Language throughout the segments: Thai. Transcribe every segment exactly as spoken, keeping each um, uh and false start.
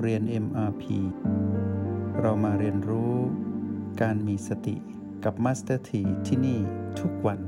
เรียน เอ็ม อาร์ พี เรามาเรียนรู้การมีสติกับ Master T ที่นี่ทุกวัน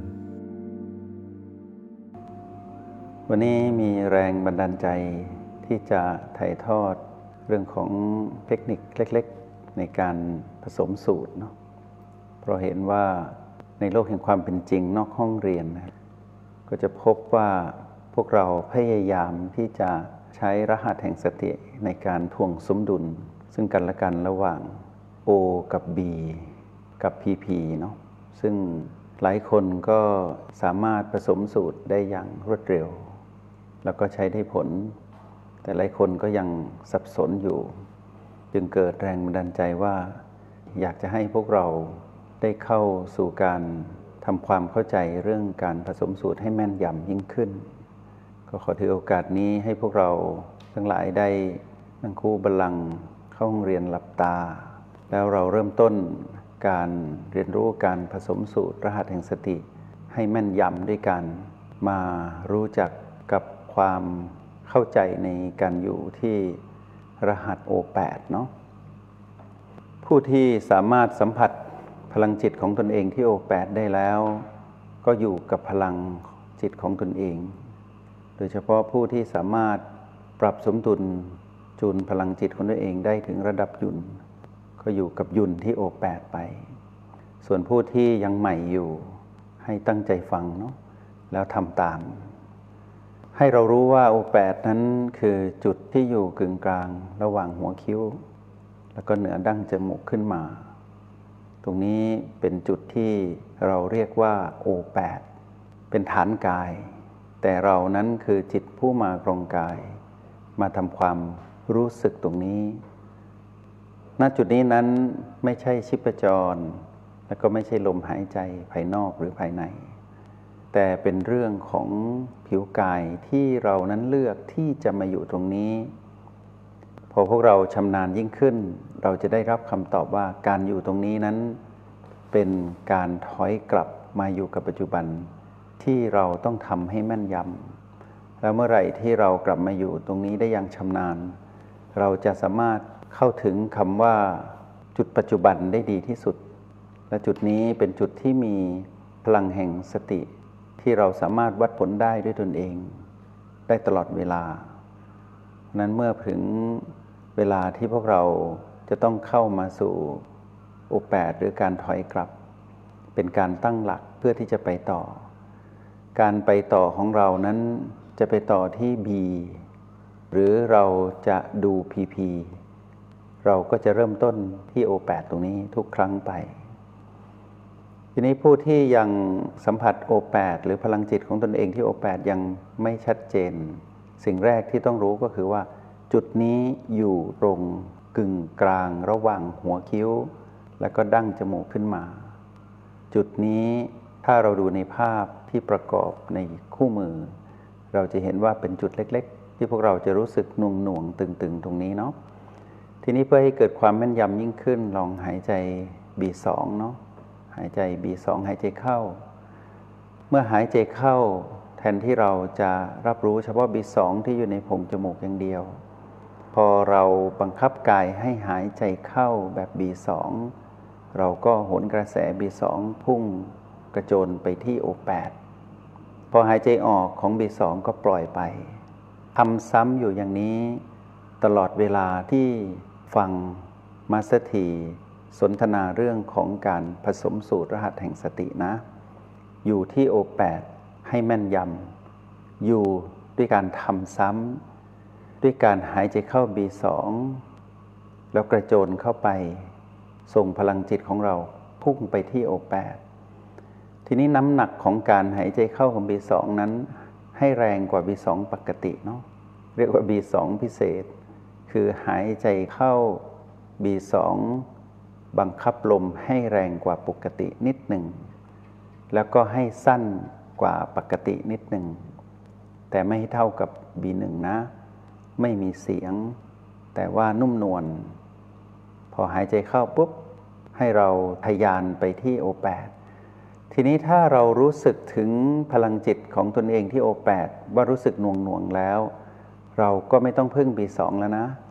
วันนี้มีแรงบันดาลใจที่จะถ่ายทอดเรื่องของเทคนิคเล็กๆในการผสมสูตรเนาะเพราะเห็นว่าในโลกแห่งความเป็นจริงนอกห้องเรียนนะก็จะพบว่าพวกเราพยายามที่จะใช้รหัสแห่งสติในการทวงสมดุลซึ่งกันและกันระหว่าง O กับ B กับ พี พี เนาะซึ่งหลายคนก็สามารถผสมสูตรได้อย่างรวดเร็วแล้วก็ใช้ได้ผลแต่หลายคนก็ยังสับสนอยู่จึงเกิดแรงบันดาลใจว่าอยากจะให้พวกเราได้เข้าสู่การทำความเข้าใจเรื่องการผสมสูตรให้แม่นยำยิ่งขึ้นก็ขอถือโอกาสนี้ให้พวกเราทั้งหลายได้นั่งคู่บัลลังก์เข้าห้องเรียนหลับตาแล้วเราเริ่มต้นการเรียนรู้การผสมสูตรรหัสแห่งสติให้แม่นยำด้วยกันมารู้จักกับความเข้าใจในการอยู่ที่รหัส โอ แปด เนาะผู้ที่สามารถสัมผัสพลังจิตของตนเองที่ โอ แปด ได้แล้วก็อยู่กับพลังจิตของตนเองโดยเฉพาะผู้ที่สามารถปรับสมดุลจูนพลังจิตของตนเองได้ถึงระดับยุนก็อยู่กับยุนที่ โอ แปด ไปส่วนผู้ที่ยังใหม่อยู่ให้ตั้งใจฟังเนาะแล้วทำตามให้เรารู้ว่า โอ แปด นั้นคือจุดที่อยู่กึ่งกลางระหว่างหัวคิ้วแล้วก็เหนือดั้งจมูกขึ้นมาตรงนี้เป็นจุดที่เราเรียกว่า โอ แปด เป็นฐานกายแต่เรานั้นคือจิตผู้มาครองกายมาทำความรู้สึกตรงนี้ณจุดนี้นั้นไม่ใช่ชีพจรและก็ไม่ใช่ลมหายใจภายนอกหรือภายในแต่เป็นเรื่องของผิวกายที่เรานั้นเลือกที่จะมาอยู่ตรงนี้พอพวกเราชำนาญยิ่งขึ้นเราจะได้รับคำตอบว่าการอยู่ตรงนี้นั้นเป็นการถอยกลับมาอยู่กับปัจจุบันที่เราต้องทำให้แม่นยำแล้วเมื่อไหร่ที่เรากลับมาอยู่ตรงนี้ได้อย่างชำนาญเราจะสามารถเข้าถึงคำว่าจุดปัจจุบันได้ดีที่สุดและจุดนี้เป็นจุดที่มีพลังแห่งสติที่เราสามารถวัดผลได้ด้วยตนเองได้ตลอดเวลานั้นเมื่อถึงเวลาที่พวกเราจะต้องเข้ามาสู่ โอ แปด หรือการถอยกลับเป็นการตั้งหลักเพื่อที่จะไปต่อการไปต่อของเรานั้นจะไปต่อที่ B หรือเราจะดู พี พี เราก็จะเริ่มต้นที่ โอ แปด ตรงนี้ทุกครั้งไปทีนี้ผู้ที่ยังสัมผัส โอ แปด หรือพลังจิตของตนเองที่ โอ แปด ยังไม่ชัดเจนสิ่งแรกที่ต้องรู้ก็คือว่าจุดนี้อยู่ตรงกึ่งกลางระหว่างหัวคิ้วและก็ดั้งจมูกขึ้นมาจุดนี้ถ้าเราดูในภาพที่ประกอบในคู่มือเราจะเห็นว่าเป็นจุดเล็กๆที่พวกเราจะรู้สึกหน่วงๆตึงๆตรงนี้เนาะทีนี้เพื่อให้เกิดความแม่นยำยิ่งขึ้นลองหายใจ บี สอง เนาะหายใจ บี สอง หายใจเข้าเมื่อหายใจเข้าแทนที่เราจะรับรู้เฉพาะ บี สอง ที่อยู่ในโพรงจมูกอย่างเดียวพอเราบังคับกายให้หายใจเข้าแบบ บี สอง เราก็โหนกระแส บี สอง พุ่งกระโจนไปที่ โอ แปด พอหายใจออกของ บี สอง ก็ปล่อยไปทำซ้ำอยู่อย่างนี้ตลอดเวลาที่ฟังมาสเตอร์ทีสนทนาเรื่องของการผสมสูตรรหัสแห่งสตินะอยู่ที่ โอ แปด ให้แม่นยำอยู่ด้วยการทำซ้ำด้วยการหายใจเข้า บี สอง แล้วกระโจนเข้าไปส่งพลังจิตของเราพุ่งไปที่ โอ แปด ทีนี้น้ำหนักของการหายใจเข้าของ บี สอง นั้นให้แรงกว่า บี สอง ปกติเนาะเรียกว่า บี สอง พิเศษคือหายใจเข้า บี สอง บังคับลมให้แรงกว่าปกตินิดหนึ่งแล้วก็ให้สั้นกว่าปกตินิดหนึ่งแต่ไม่ให้เท่ากับ บี หนึ่ง นะไม่มีเสียงแต่ว่านุ่มนวลพอหายใจเข้าปุ๊บให้เราทะยานไปที่ โอ แปด ทีนี้ถ้าเรารู้สึกถึงพลังจิตของตนเองที่ โอ แปด ว่ารู้สึกหน่วงๆแล้วเราก็ไม่ต้องพึ่ง บี สอง แล้วนะ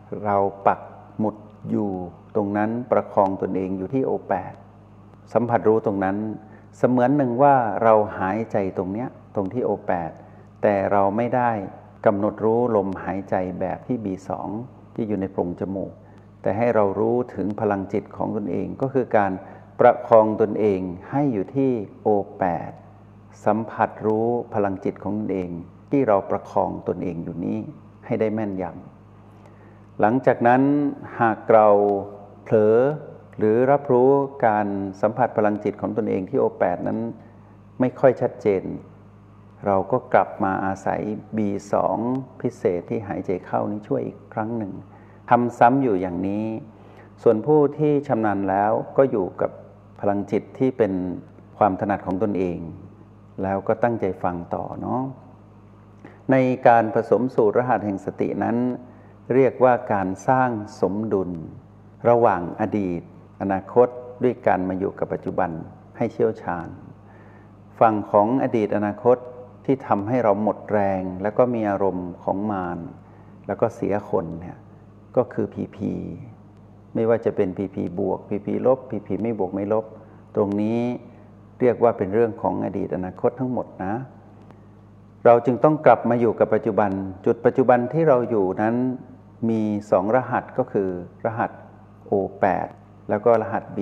เราปักหมุดอยู่ตรงนั้นประคองตนเองอยู่ที่โอแปดสัมผัสรู้ตรงนั้นเสมือนหนึ่งว่าเราหายใจตรงเนี้ยตรงที่โอแปดแต่เราไม่ได้กำหนดรู้ลมหายใจแบบที่ บี สอง ที่อยู่ในโพรงจมูกแต่ให้เรารู้ถึงพลังจิตของตนเองก็คือการประคองตนเองให้อยู่ที่โอแปดสัมผัสรู้พลังจิตของตนเองที่เราประคองตนเองอยู่นี้ให้ได้แม่นยำหลังจากนั้นหากเราเผลอหรือรับรู้การสัมผัสพลังจิตของตนเองที่โอแปดนั้นไม่ค่อยชัดเจนเราก็กลับมาอาศัย บี สอง พิเศษที่หายใจเข้านี้ช่วยอีกครั้งหนึ่งทำซ้ำอยู่อย่างนี้ส่วนผู้ที่ชำนาญแล้วก็อยู่กับพลังจิตที่เป็นความถนัดของตนเองแล้วก็ตั้งใจฟังต่อเนาะในการผสมสูตรรหัสแห่งสตินั้นเรียกว่าการสร้างสมดุลระหว่างอดีตอนาคตด้วยการมาอยู่กับปัจจุบันให้เชี่ยวชาญฝั่งของอดีตอนาคตที่ทำให้เราหมดแรงแล้วก็มีอารมณ์ของมารแล้วก็เสียคนเนี่ยก็คือพีพีไม่ว่าจะเป็นพีพีบวกพีพีลบพีพีไม่บวกไม่ลบตรงนี้เรียกว่าเป็นเรื่องของอดีตอนาคตทั้งหมดนะเราจึงต้องกลับมาอยู่กับปัจจุบันจุดปัจจุบันที่เราอยู่นั้นมีสองรหัสก็คือรหัส โอ แปด แล้วก็รหัส B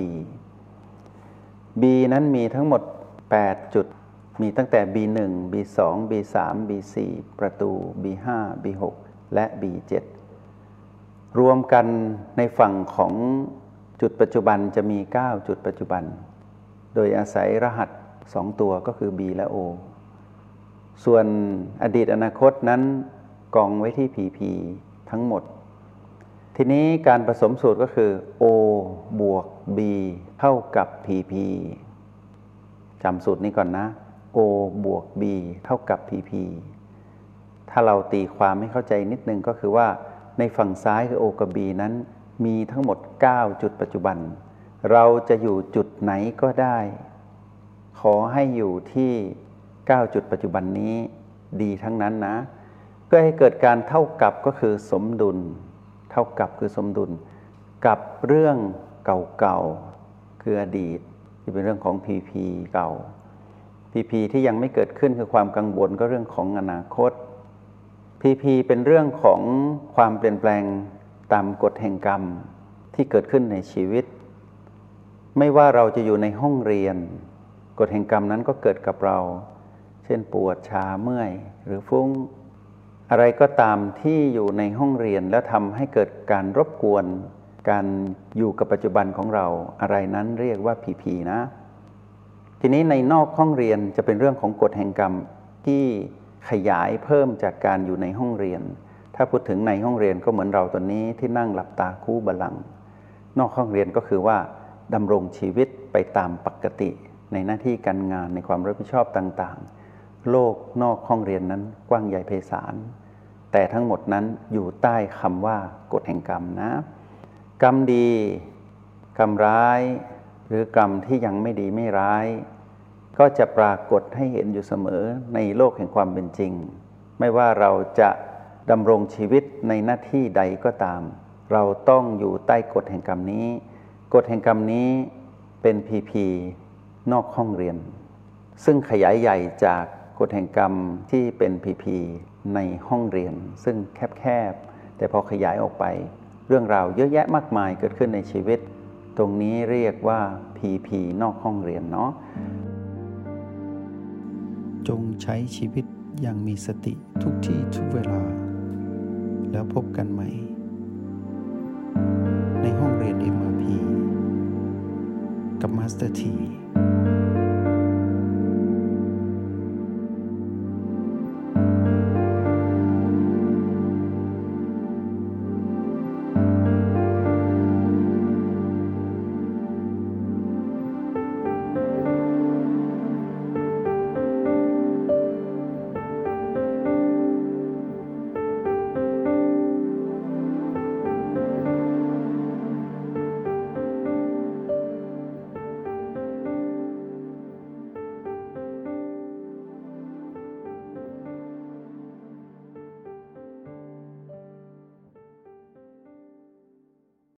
B นั้นมีทั้งหมดแปดจุดมีตั้งแต่ บี หนึ่ง บี สอง บี สาม บี สี่ ประตู บี ห้า บี หก และ บี เจ็ด รวมกันในฝั่งของจุดปัจจุบันจะมีเก้าจุดปัจจุบันโดยอาศัยรหัสสองตัวก็คือ B และ O ส่วนอดีตอนาคตนั้นกองไว้ที่ พี พี ทั้งหมดทีนี้การผสมสูตรก็คือ O บวก B เท่ากับ พี พี จำสูตรนี้ก่อนนะ O บวก B เท่ากับ พี พี ถ้าเราตีความให้เข้าใจนิดนึงก็คือว่าในฝั่งซ้ายคือ O กับ B นั้นมีทั้งหมดเก้าจุดปัจจุบันเราจะอยู่จุดไหนก็ได้ขอให้อยู่ที่เก้าจุดปัจจุบันนี้ดีทั้งนั้นนะเพื่อให้เกิดการเท่ากับก็คือสมดุลเท่ากับคือสมดุลกับเรื่องเก่าๆคืออดีตที่เป็นเรื่องของ พี พี เก่า พี พี ที่ยังไม่เกิดขึ้นคือความกังวลก็เรื่องของอนาคต พี พี เป็นเรื่องของความเปลี่ยนแปลงตามกฎแห่งกรรมที่เกิดขึ้นในชีวิตไม่ว่าเราจะอยู่ในห้องเรียนกฎแห่งกรรมนั้นก็เกิดกับเราเช่นปวดชาเมื่อยหรือฟุ้งอะไรก็ตามที่อยู่ในห้องเรียนแล้วทำให้เกิดการรบกวนการอยู่กับปัจจุบันของเราอะไรนั้นเรียกว่า พี พี นะทีนี้ในนอกห้องเรียนจะเป็นเรื่องของกฎแห่งกรรมที่ขยายเพิ่มจากการอยู่ในห้องเรียนถ้าพูดถึงในห้องเรียนก็เหมือนเราตอนนี้ที่นั่งหลับตาคู่บัลลังก์นอกห้องเรียนก็คือว่าดำรงชีวิตไปตามปกติในหน้าที่การงานในความรับผิดชอบต่างๆโลกนอกห้องเรียนนั้นกว้างใหญ่ไพศาลแต่ทั้งหมดนั้นอยู่ใต้คำว่ากฎแห่งกรรมนะกรรมดีกรรมร้ายหรือกรรมที่ยังไม่ดีไม่ร้ายก็จะปรากฏให้เห็นอยู่เสมอในโลกแห่งความเป็นจริงไม่ว่าเราจะดำรงชีวิตในหน้าที่ใดก็ตามเราต้องอยู่ใต้กฎแห่งกรรมนี้กฎแห่งกรรมนี้เป็น พี พี นอกห้องเรียนซึ่งขยายใหญ่จากกฎแห่งกรรมที่เป็น พี พี ในห้องเรียนซึ่งแคบๆแต่พอขยายออกไปเรื่องราวเยอะแยะมากมายเกิดขึ้นในชีวิตตรงนี้เรียกว่า พี พี นอกห้องเรียนเนาะจงใช้ชีวิตอย่างมีสติทุกที่ทุกเวลาแล้วพบกันใหม่ในห้องเรียน เอ็ม อาร์ พี กับมาสเตอร์ ที